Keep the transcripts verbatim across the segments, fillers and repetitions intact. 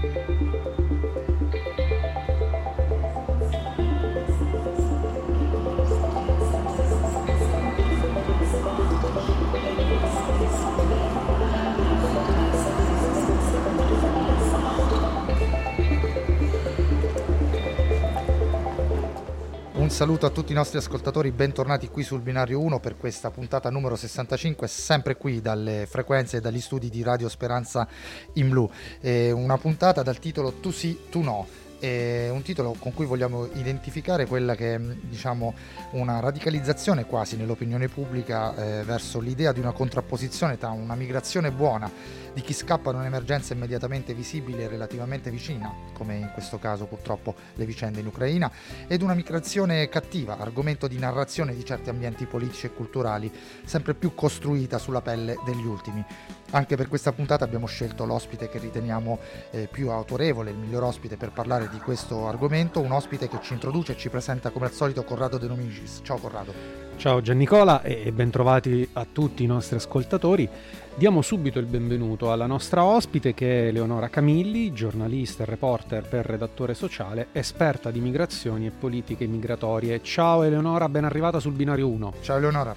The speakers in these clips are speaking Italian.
Un saluto a tutti i nostri ascoltatori, bentornati qui sul Binario uno per questa puntata numero sessantacinque, sempre qui dalle frequenze e dagli studi di Radio Speranza in Blu. Eh, una puntata dal titolo Tu sì, tu no. È un titolo con cui vogliamo identificare quella che è, diciamo, una radicalizzazione quasi nell'opinione pubblica eh, verso l'idea di una contrapposizione tra una migrazione buona di chi scappa da un'emergenza immediatamente visibile e relativamente vicina, come in questo caso purtroppo le vicende in Ucraina, ed una migrazione cattiva, argomento di narrazione di certi ambienti politici e culturali, sempre più costruita sulla pelle degli ultimi. Anche per questa puntata abbiamo scelto l'ospite che riteniamo eh, più autorevole, il miglior ospite per parlare di questo argomento, un ospite che ci introduce e ci presenta come al solito Corrado De Nomicis. Ciao Corrado. Ciao Giannicola e bentrovati a tutti i nostri ascoltatori. Diamo subito il benvenuto alla nostra ospite che è Eleonora Camilli, giornalista e reporter per Redattore Sociale, esperta di migrazioni e politiche migratorie. Ciao Eleonora, ben arrivata sul Binario uno. Ciao Eleonora.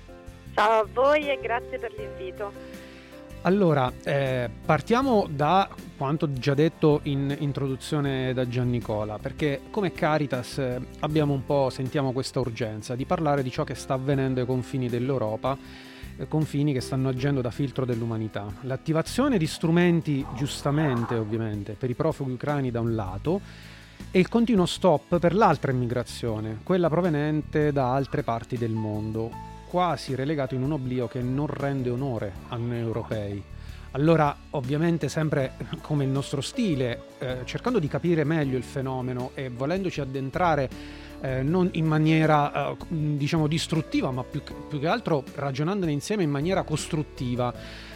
Ciao a voi e grazie per l'invito. Allora, eh, partiamo da quanto già detto in introduzione da Giannicola, perché come Caritas eh, abbiamo un po', sentiamo questa urgenza di parlare di ciò che sta avvenendo ai confini dell'Europa, eh, confini che stanno agendo da filtro dell'umanità. L'attivazione di strumenti, giustamente ovviamente, per i profughi ucraini da un lato, e il continuo stop per l'altra immigrazione, quella proveniente da altre parti del mondo, quasi relegato in un oblio che non rende onore a noi europei. Allora, ovviamente sempre come il nostro stile, eh, cercando di capire meglio il fenomeno e volendoci addentrare eh, non in maniera eh, diciamo distruttiva, ma più, più che altro ragionandone insieme in maniera costruttiva,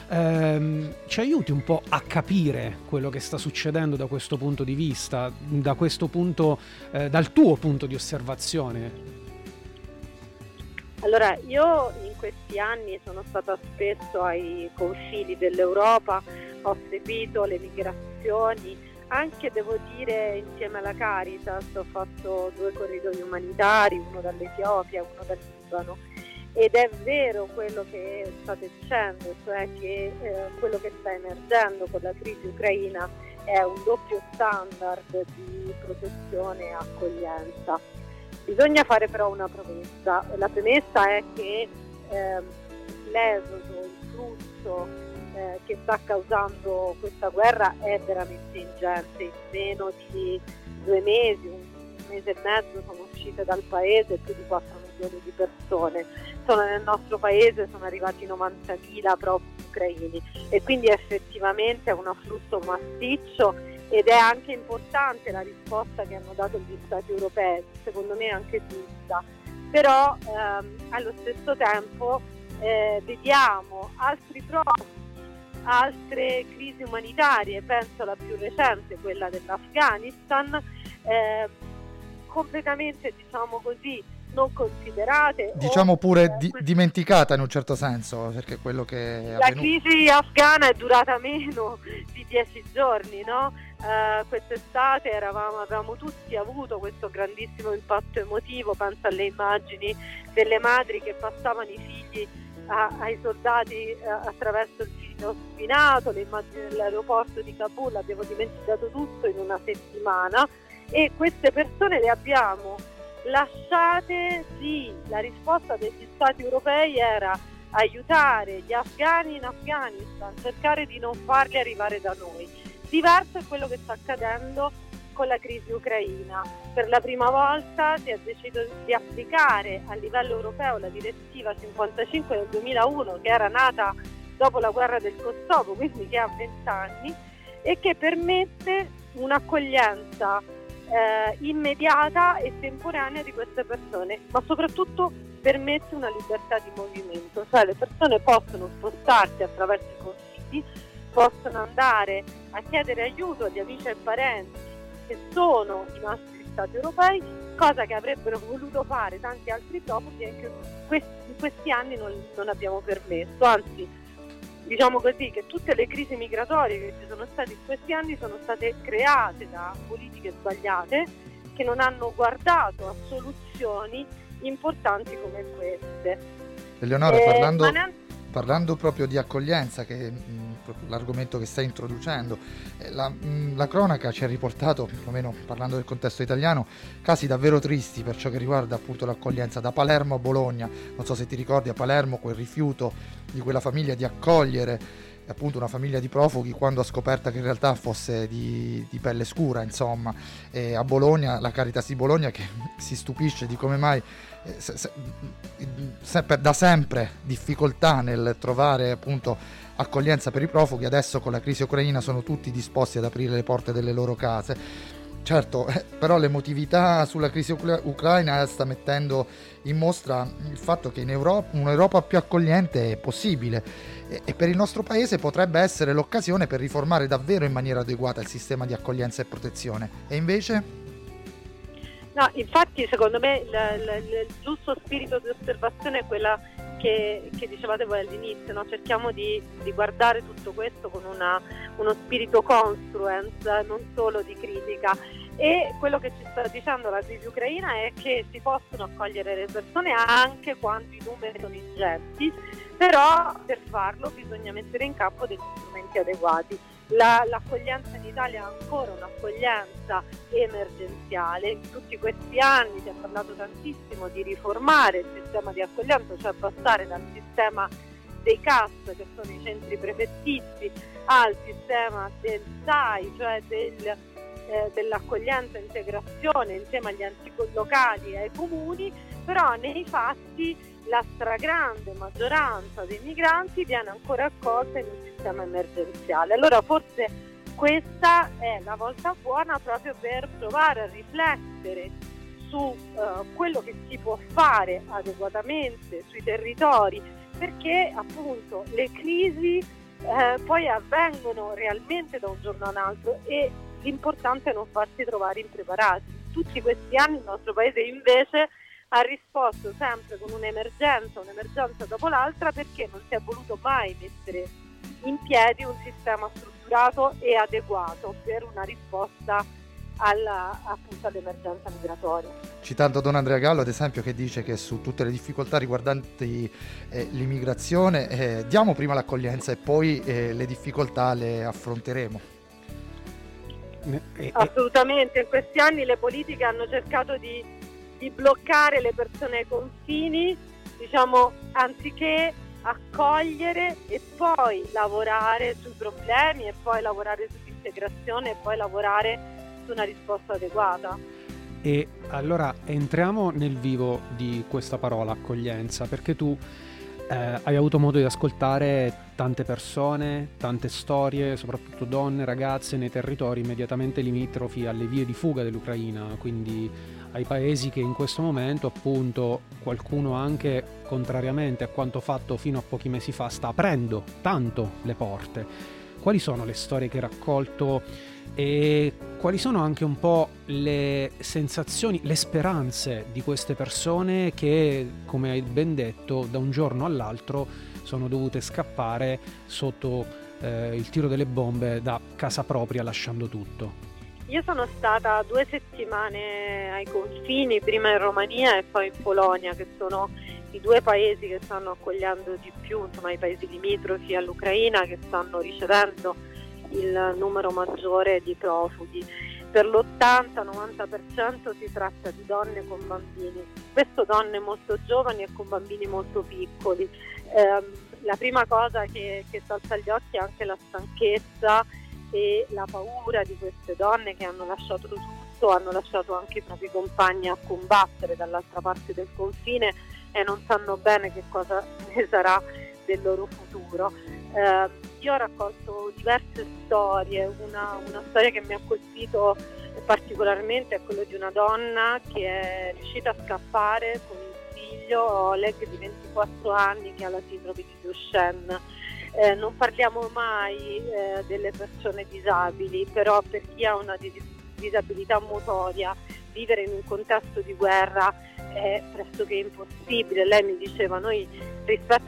ehm, ci aiuti un po' a capire quello che sta succedendo da questo punto di vista, da questo punto, eh, dal tuo punto di osservazione. Allora, io in questi anni sono stata spesso ai confini dell'Europa, ho seguito le migrazioni, anche devo dire insieme alla Caritas ho fatto due corridoi umanitari, uno dall'Etiopia e uno dal Libano, ed è vero quello che state dicendo, cioè che eh, quello che sta emergendo con la crisi ucraina è un doppio standard di protezione e accoglienza. Bisogna fare però una premessa, la premessa è che eh, l'esodo, il flusso eh, che sta causando questa guerra è veramente ingente. In meno di due mesi, un mese e mezzo sono uscite dal paese più di quattro milioni di persone. Sono nel nostro paese sono arrivati novantamila profughi ucraini e quindi effettivamente è un afflusso massiccio. Ed è anche importante la risposta che hanno dato gli Stati europei, secondo me anche giusta, però ehm, allo stesso tempo eh, vediamo altri profughi, altre crisi umanitarie, penso alla più recente, quella dell'Afghanistan, eh, completamente, diciamo così, non considerate. Diciamo o, pure eh, di- dimenticata in un certo senso, perché quello che è la avvenuto... crisi afghana è durata meno di dieci giorni, no? Uh, quest'estate eravamo, avevamo tutti avuto questo grandissimo impatto emotivo, penso alle immagini delle madri che passavano i figli a, ai soldati uh, attraverso il filo spinato, le immagini dell'aeroporto di Kabul, abbiamo dimenticato tutto in una settimana e queste persone le abbiamo lasciate. Sì, la risposta degli Stati europei era aiutare gli afghani in Afghanistan, cercare di non farli arrivare da noi. Diverso è quello che sta accadendo con la crisi ucraina. Per la prima volta si è deciso di applicare a livello europeo la direttiva cinquantacinque del duemilauno, che era nata dopo la guerra del Kosovo, quindi che ha vent'anni, e che permette un'accoglienza eh, immediata e temporanea di queste persone, ma soprattutto permette una libertà di movimento, cioè le persone possono spostarsi attraverso i confini, possono andare a chiedere aiuto agli amici e parenti che sono in altri stati europei, cosa che avrebbero voluto fare tanti altri profughi e che in questi anni non, non abbiamo permesso, anzi diciamo così, che tutte le crisi migratorie che ci sono state in questi anni sono state create da politiche sbagliate che non hanno guardato a soluzioni importanti come queste. Eleonora, eh, parlando, ne... parlando proprio di accoglienza, che è l'argomento che stai introducendo, eh, la, mh, la cronaca ci ha riportato, perlomeno parlando del contesto italiano, casi davvero tristi per ciò che riguarda appunto l'accoglienza, da Palermo a Bologna. Non so se ti ricordi, a Palermo quel rifiuto di quella famiglia di accogliere appunto una famiglia di profughi quando ha scoperta che in realtà fosse di, di pelle scura, insomma. E a Bologna, la Caritas di Bologna, che si stupisce di come mai eh, se, se, se, da sempre difficoltà nel trovare appunto accoglienza per i profughi, adesso con la crisi ucraina sono tutti disposti ad aprire le porte delle loro case. Certo, eh, però l'emotività sulla crisi ucra- ucraina sta mettendo in mostra il fatto che in Europa un'Europa più accogliente è possibile, e, e per il nostro paese potrebbe essere l'occasione per riformare davvero in maniera adeguata il sistema di accoglienza e protezione. E invece? No, infatti secondo me il, il, il giusto spirito di osservazione è quella che, che dicevate voi all'inizio, no? Cerchiamo di, di guardare tutto questo con una, uno spirito construens, non solo di critica. E quello che ci sta dicendo la crisi ucraina è che si possono accogliere le persone anche quando i numeri sono ingenti, però per farlo bisogna mettere in campo degli strumenti adeguati. La, l'accoglienza in Italia è ancora un'accoglienza emergenziale. In tutti questi anni si è parlato tantissimo di riformare il sistema di accoglienza, cioè passare dal sistema dei C A S, che sono i centri prefettizi, al sistema del S A I, cioè del, eh, dell'accoglienza e integrazione insieme agli enti locali e ai comuni, però nei fatti la stragrande maggioranza dei migranti viene ancora accolta in un sistema emergenziale. Allora forse questa è la volta buona proprio per provare a riflettere su uh, quello che si può fare adeguatamente sui territori, perché appunto le crisi eh, poi avvengono realmente da un giorno a un altro e l'importante è non farsi trovare impreparati. Tutti questi anni il nostro paese invece ha risposto sempre con un'emergenza, un'emergenza dopo l'altra, perché non si è voluto mai mettere in piedi un sistema strutturato e adeguato per una risposta alla, appunto, all'emergenza migratoria. Citando Don Andrea Gallo, ad esempio, che dice che su tutte le difficoltà riguardanti eh, l'immigrazione eh, diamo prima l'accoglienza e poi eh, le difficoltà le affronteremo. Assolutamente, in questi anni le politiche hanno cercato di di bloccare le persone ai confini, diciamo, anziché accogliere e poi lavorare sui problemi e poi lavorare sull'integrazione e poi lavorare su una risposta adeguata. E allora entriamo nel vivo di questa parola accoglienza, perché tu eh, hai avuto modo di ascoltare tante persone, tante storie, soprattutto donne, ragazze nei territori immediatamente limitrofi alle vie di fuga dell'Ucraina, quindi ai paesi che in questo momento, appunto, qualcuno anche contrariamente a quanto fatto fino a pochi mesi fa sta aprendo tanto le porte. Quali sono le storie che hai raccolto e quali sono anche un po' le sensazioni, le speranze di queste persone che, come hai ben detto, da un giorno all'altro sono dovute scappare sotto eh, il tiro delle bombe da casa propria, lasciando tutto? Io sono stata due settimane ai confini, prima in Romania e poi in Polonia, che sono i due paesi che stanno accogliendo di più, insomma i paesi limitrofi all'Ucraina, che stanno ricevendo il numero maggiore di profughi. Per l'ottanta novanta per cento si tratta di donne con bambini, spesso donne molto giovani e con bambini molto piccoli. Eh, la prima cosa che, che salta agli occhi è anche la stanchezza e la paura di queste donne che hanno lasciato tutto, hanno lasciato anche i propri compagni a combattere dall'altra parte del confine e non sanno bene che cosa ne sarà del loro futuro. Eh, io ho raccolto diverse storie, una, una storia che mi ha colpito particolarmente è quella di una donna che è riuscita a scappare con il figlio Oleg di ventiquattro anni che ha la sindrome di Duchenne. Eh, non parliamo mai eh, delle persone disabili, però per chi ha una dis- disabilità motoria vivere in un contesto di guerra è pressoché impossibile. Lei mi diceva: noi rispetto ai nostri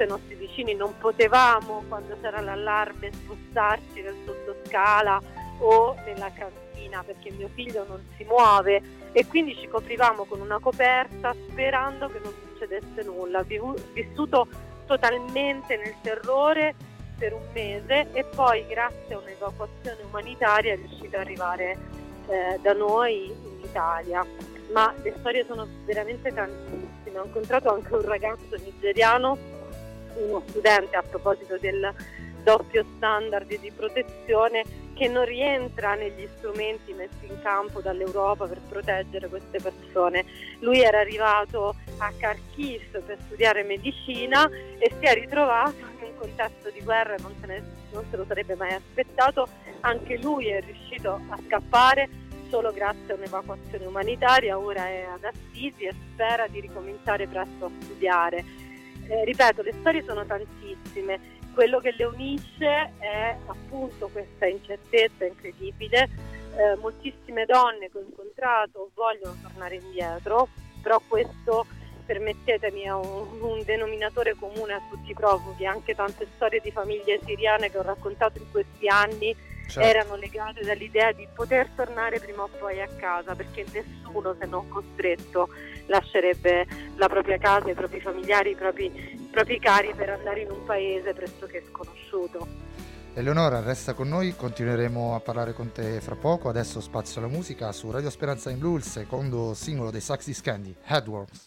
vicini non potevamo, quando c'era l'allarme, spostarci nel sottoscala o nella cantina perché mio figlio non si muove, e quindi ci coprivamo con una coperta sperando che non succedesse nulla. Ho vissuto totalmente nel terrore per un mese e poi grazie a un'evacuazione umanitaria è riuscito ad arrivare eh, da noi in Italia. Ma le storie sono veramente tantissime. Ho incontrato anche un ragazzo nigeriano, uno studente, a proposito del doppio standard di protezione, che non rientra negli strumenti messi in campo dall'Europa per proteggere queste persone. Lui era arrivato a Kharkiv per studiare medicina e si è ritrovato in un contesto di guerra e non se, ne, non se lo sarebbe mai aspettato. Anche lui è riuscito a scappare solo grazie a un'evacuazione umanitaria, ora è ad Assisi e spera di ricominciare presto a studiare. Eh, ripeto, le storie sono tantissime. Quello che le unisce è appunto questa incertezza incredibile. Eh, moltissime donne che ho incontrato vogliono tornare indietro, però questo, permettetemi, è un, un denominatore comune a tutti i profughi. Anche tante storie di famiglie siriane che ho raccontato in questi anni, certo, erano legate dall'idea di poter tornare prima o poi a casa, perché nessuno, se non costretto, lascerebbe la propria casa, i propri familiari, i propri, i propri cari per andare in un paese pressoché sconosciuto. Eleonora, resta con noi, continueremo a parlare con te fra poco. Adesso spazio alla musica su Radio Speranza in Blu, il secondo singolo dei Saxy Scandi, Headworms.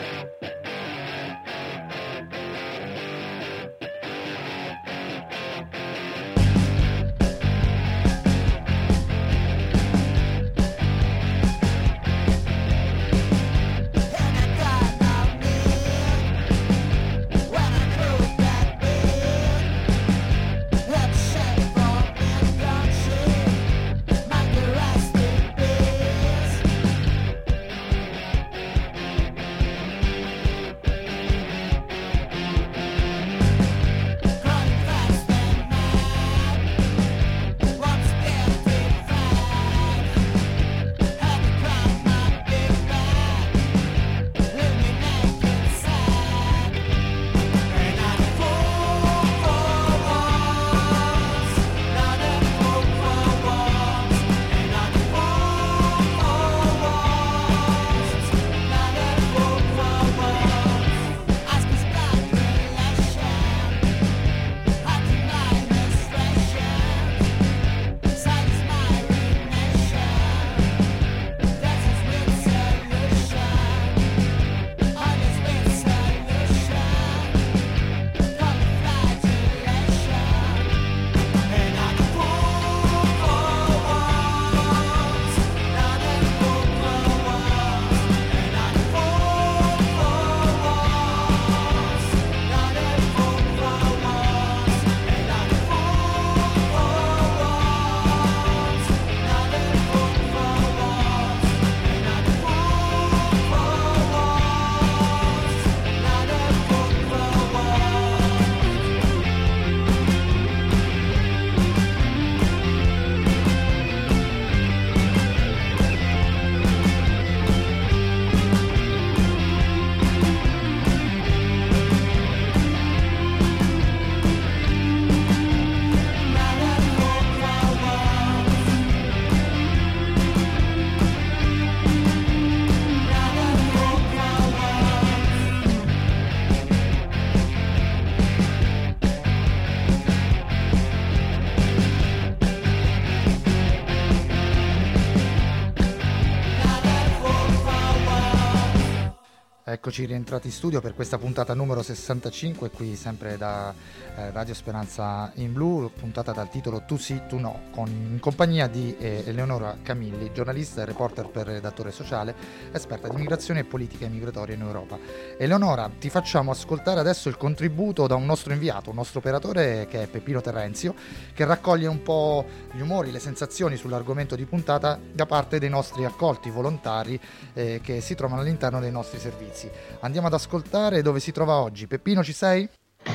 Eccoci rientrati in studio per questa puntata numero sessantacinque, qui sempre da eh, Radio Speranza in Blu, puntata dal titolo Tu sì, tu no, con, in compagnia di eh, Eleonora Camilli, giornalista e reporter per redattore sociale, esperta di migrazione e politiche migratorie in Europa. Eleonora, ti facciamo ascoltare adesso il contributo da un nostro inviato, un nostro operatore che è Peppino Terrenzio, che raccoglie un po' gli umori, le sensazioni sull'argomento di puntata da parte dei nostri accolti volontari eh, che si trovano all'interno dei nostri servizi. Andiamo ad ascoltare dove si trova oggi. Peppino, ci sei?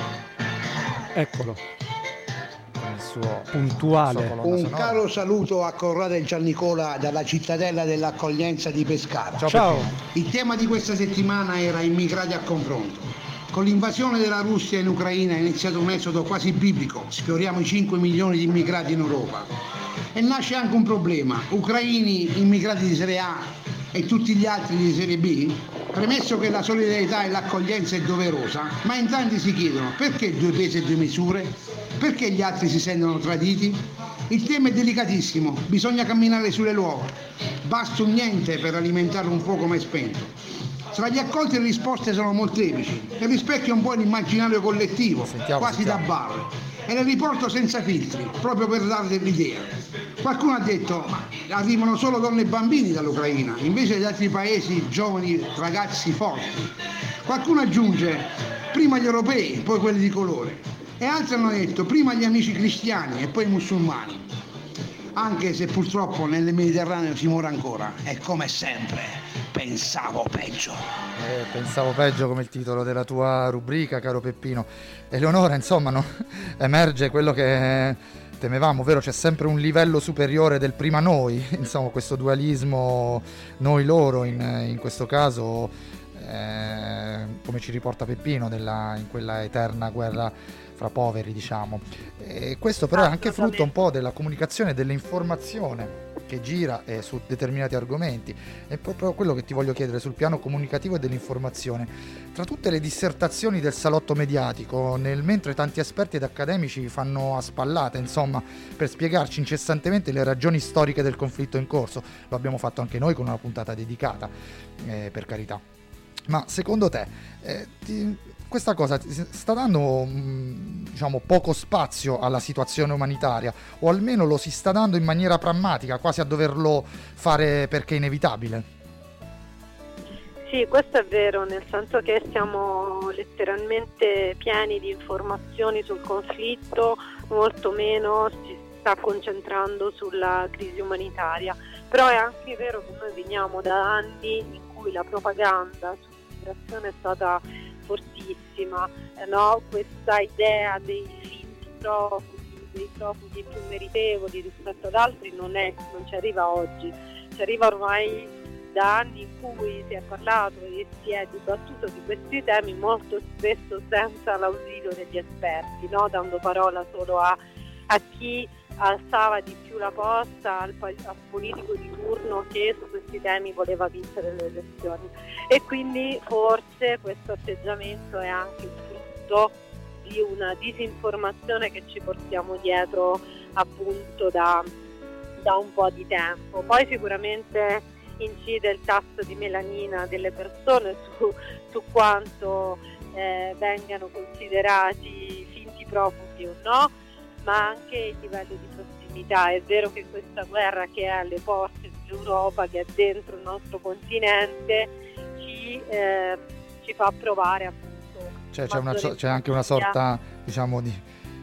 Eccolo. Con il suo puntuale. Un sonora. Caro saluto a Corrado e Giannicola dalla cittadella dell'accoglienza di Pescara. Ciao. Ciao. Il tema di questa settimana era immigrati a confronto. Con l'invasione della Russia in Ucraina è iniziato un esodo quasi biblico, sfioriamo i cinque milioni di immigrati in Europa. E nasce anche un problema, ucraini immigrati di serie A e tutti gli altri di serie B? Premesso che la solidarietà e l'accoglienza è doverosa, ma in tanti si chiedono perché due pesi e due misure? Perché gli altri si sentono traditi? Il tema è delicatissimo, bisogna camminare sulle uova, basta un niente per alimentarlo un fuoco mai spento. Tra gli accolti le risposte sono molteplici e rispecchia un po' l'immaginario collettivo, sentiamo, quasi sentiamo. da bar, e le riporto senza filtri, proprio per darle l'idea. Qualcuno ha detto ma arrivano solo donne e bambini dall'Ucraina, invece dagli altri paesi giovani ragazzi forti. Qualcuno aggiunge prima gli europei, poi quelli di colore. E altri hanno detto prima gli amici cristiani e poi i musulmani. Anche se purtroppo nel Mediterraneo si muore ancora. E come sempre, pensavo peggio. Eh, pensavo peggio come il titolo della tua rubrica, caro Peppino. Eleonora, insomma, no? Emerge quello che temevamo, ovvero c'è sempre un livello superiore del prima noi, insomma questo dualismo noi-loro in, in questo caso, eh, come ci riporta Peppino, della, in quella eterna guerra fra poveri, diciamo. E questo però è anche frutto un po' della comunicazione e dell'informazione che gira eh, su determinati argomenti. È proprio quello che ti voglio chiedere sul piano comunicativo e dell'informazione. Tra tutte le dissertazioni del salotto mediatico, nel mentre tanti esperti ed accademici fanno a spallate, insomma, per spiegarci incessantemente le ragioni storiche del conflitto in corso, lo abbiamo fatto anche noi con una puntata dedicata, eh, per carità. Ma secondo te eh, ti, questa cosa ti sta dando mh, diciamo poco spazio alla situazione umanitaria, o almeno lo si sta dando in maniera pragmatica, quasi a doverlo fare perché è inevitabile? Sì, questo è vero, nel senso che siamo letteralmente pieni di informazioni sul conflitto, molto meno si sta concentrando sulla crisi umanitaria. Però è anche vero che noi veniamo da anni in cui la propaganda sull'immigrazione è stata fortissima, eh, no? Questa idea dei finti profughi, dei profughi più meritevoli rispetto ad altri non, è, non ci arriva oggi, ci arriva ormai da anni in cui si è parlato e si è dibattuto di questi temi molto spesso senza l'ausilio degli esperti, no? Dando parola solo a, a chi alzava di più la posta, al, al politico di turno che su questi temi voleva vincere le elezioni. E quindi forse questo atteggiamento è anche il frutto di una disinformazione che ci portiamo dietro appunto da, da un po' di tempo. Poi sicuramente incide il tasso di melanina delle persone su, su quanto eh, vengano considerati finti profughi o no, ma anche il livello di prossimità. È vero che questa guerra che è alle porte dell'Europa, che è dentro il nostro continente, ci, eh, ci fa provare appunto. Cioè c'è, una, c'è anche una sorta, diciamo, di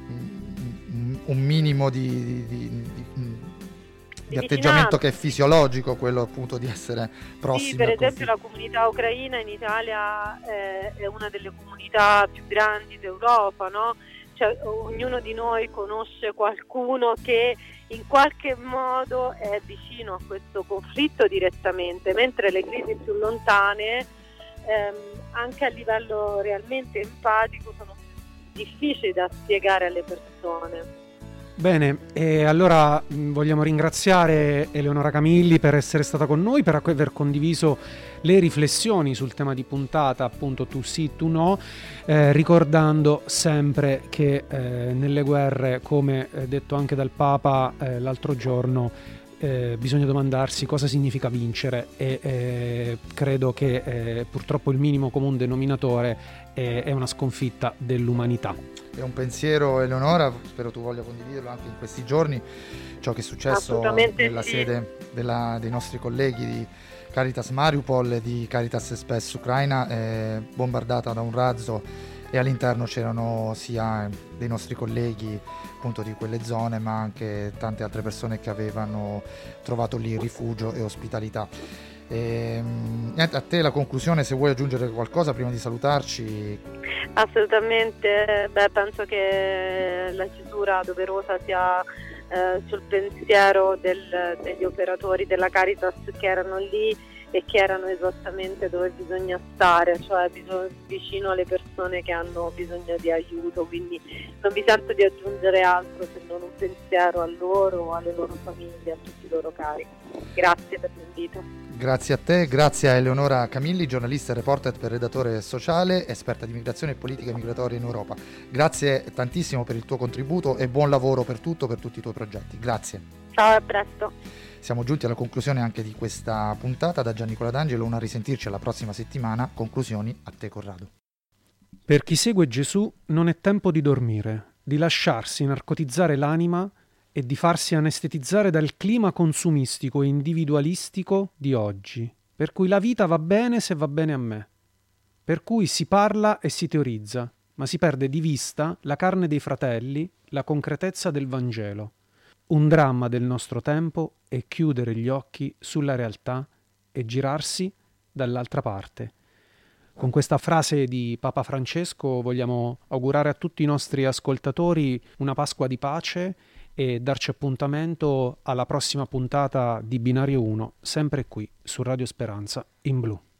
un minimo di, di, di, di, di atteggiamento che è fisiologico, quello appunto di essere prossimi. Sì, per esempio la comunità ucraina in Italia eh, è una delle comunità più grandi d'Europa, no? Cioè, ognuno di noi conosce qualcuno che in qualche modo è vicino a questo conflitto direttamente, mentre le crisi più lontane ehm, anche a livello realmente empatico sono difficili da spiegare alle persone. Bene, e allora mh, vogliamo ringraziare Eleonora Camilli per essere stata con noi, per aver condiviso le riflessioni sul tema di puntata, appunto tu sì, tu no, eh, ricordando sempre che eh, nelle guerre, come eh, detto anche dal Papa eh, l'altro giorno, eh, bisogna domandarsi cosa significa vincere, e eh, credo che eh, purtroppo il minimo comune denominatore è, è una sconfitta dell'umanità. È un pensiero, Eleonora, spero tu voglia condividerlo anche in questi giorni, ciò che è successo nella sì. sede della, dei nostri colleghi di Caritas Mariupol e di Caritas Spes Ucraina, eh, bombardata da un razzo, e all'interno c'erano sia dei nostri colleghi appunto di quelle zone, ma anche tante altre persone che avevano trovato lì rifugio e ospitalità. E, a te la conclusione, se vuoi aggiungere qualcosa prima di salutarci. Assolutamente, beh, penso che la chiusura doverosa sia eh, sul pensiero del, degli operatori della Caritas che erano lì e che erano esattamente dove bisogna stare, cioè vicino alle persone persone che hanno bisogno di aiuto, quindi non mi sento di aggiungere altro se non un pensiero a loro, alle loro famiglie, a tutti i loro cari. Grazie per l'invito. Grazie a te, grazie a Eleonora Camilli, giornalista e reporter per Redattore Sociale, esperta di migrazione e politica migratoria in Europa. Grazie tantissimo per il tuo contributo e buon lavoro per tutto, per tutti i tuoi progetti. Grazie. Ciao, a presto. Siamo giunti alla conclusione anche di questa puntata. Da Giannicola D'Angelo, una risentirci alla prossima settimana. Conclusioni a te, Corrado. Per chi segue Gesù non è tempo di dormire, di lasciarsi narcotizzare l'anima e di farsi anestetizzare dal clima consumistico e individualistico di oggi, per cui la vita va bene se va bene a me, per cui si parla e si teorizza, ma si perde di vista la carne dei fratelli, la concretezza del Vangelo. Un dramma del nostro tempo è chiudere gli occhi sulla realtà e girarsi dall'altra parte. Con questa frase di Papa Francesco vogliamo augurare a tutti i nostri ascoltatori una Pasqua di pace e darci appuntamento alla prossima puntata di Binario uno, sempre qui su Radio Speranza in Blu.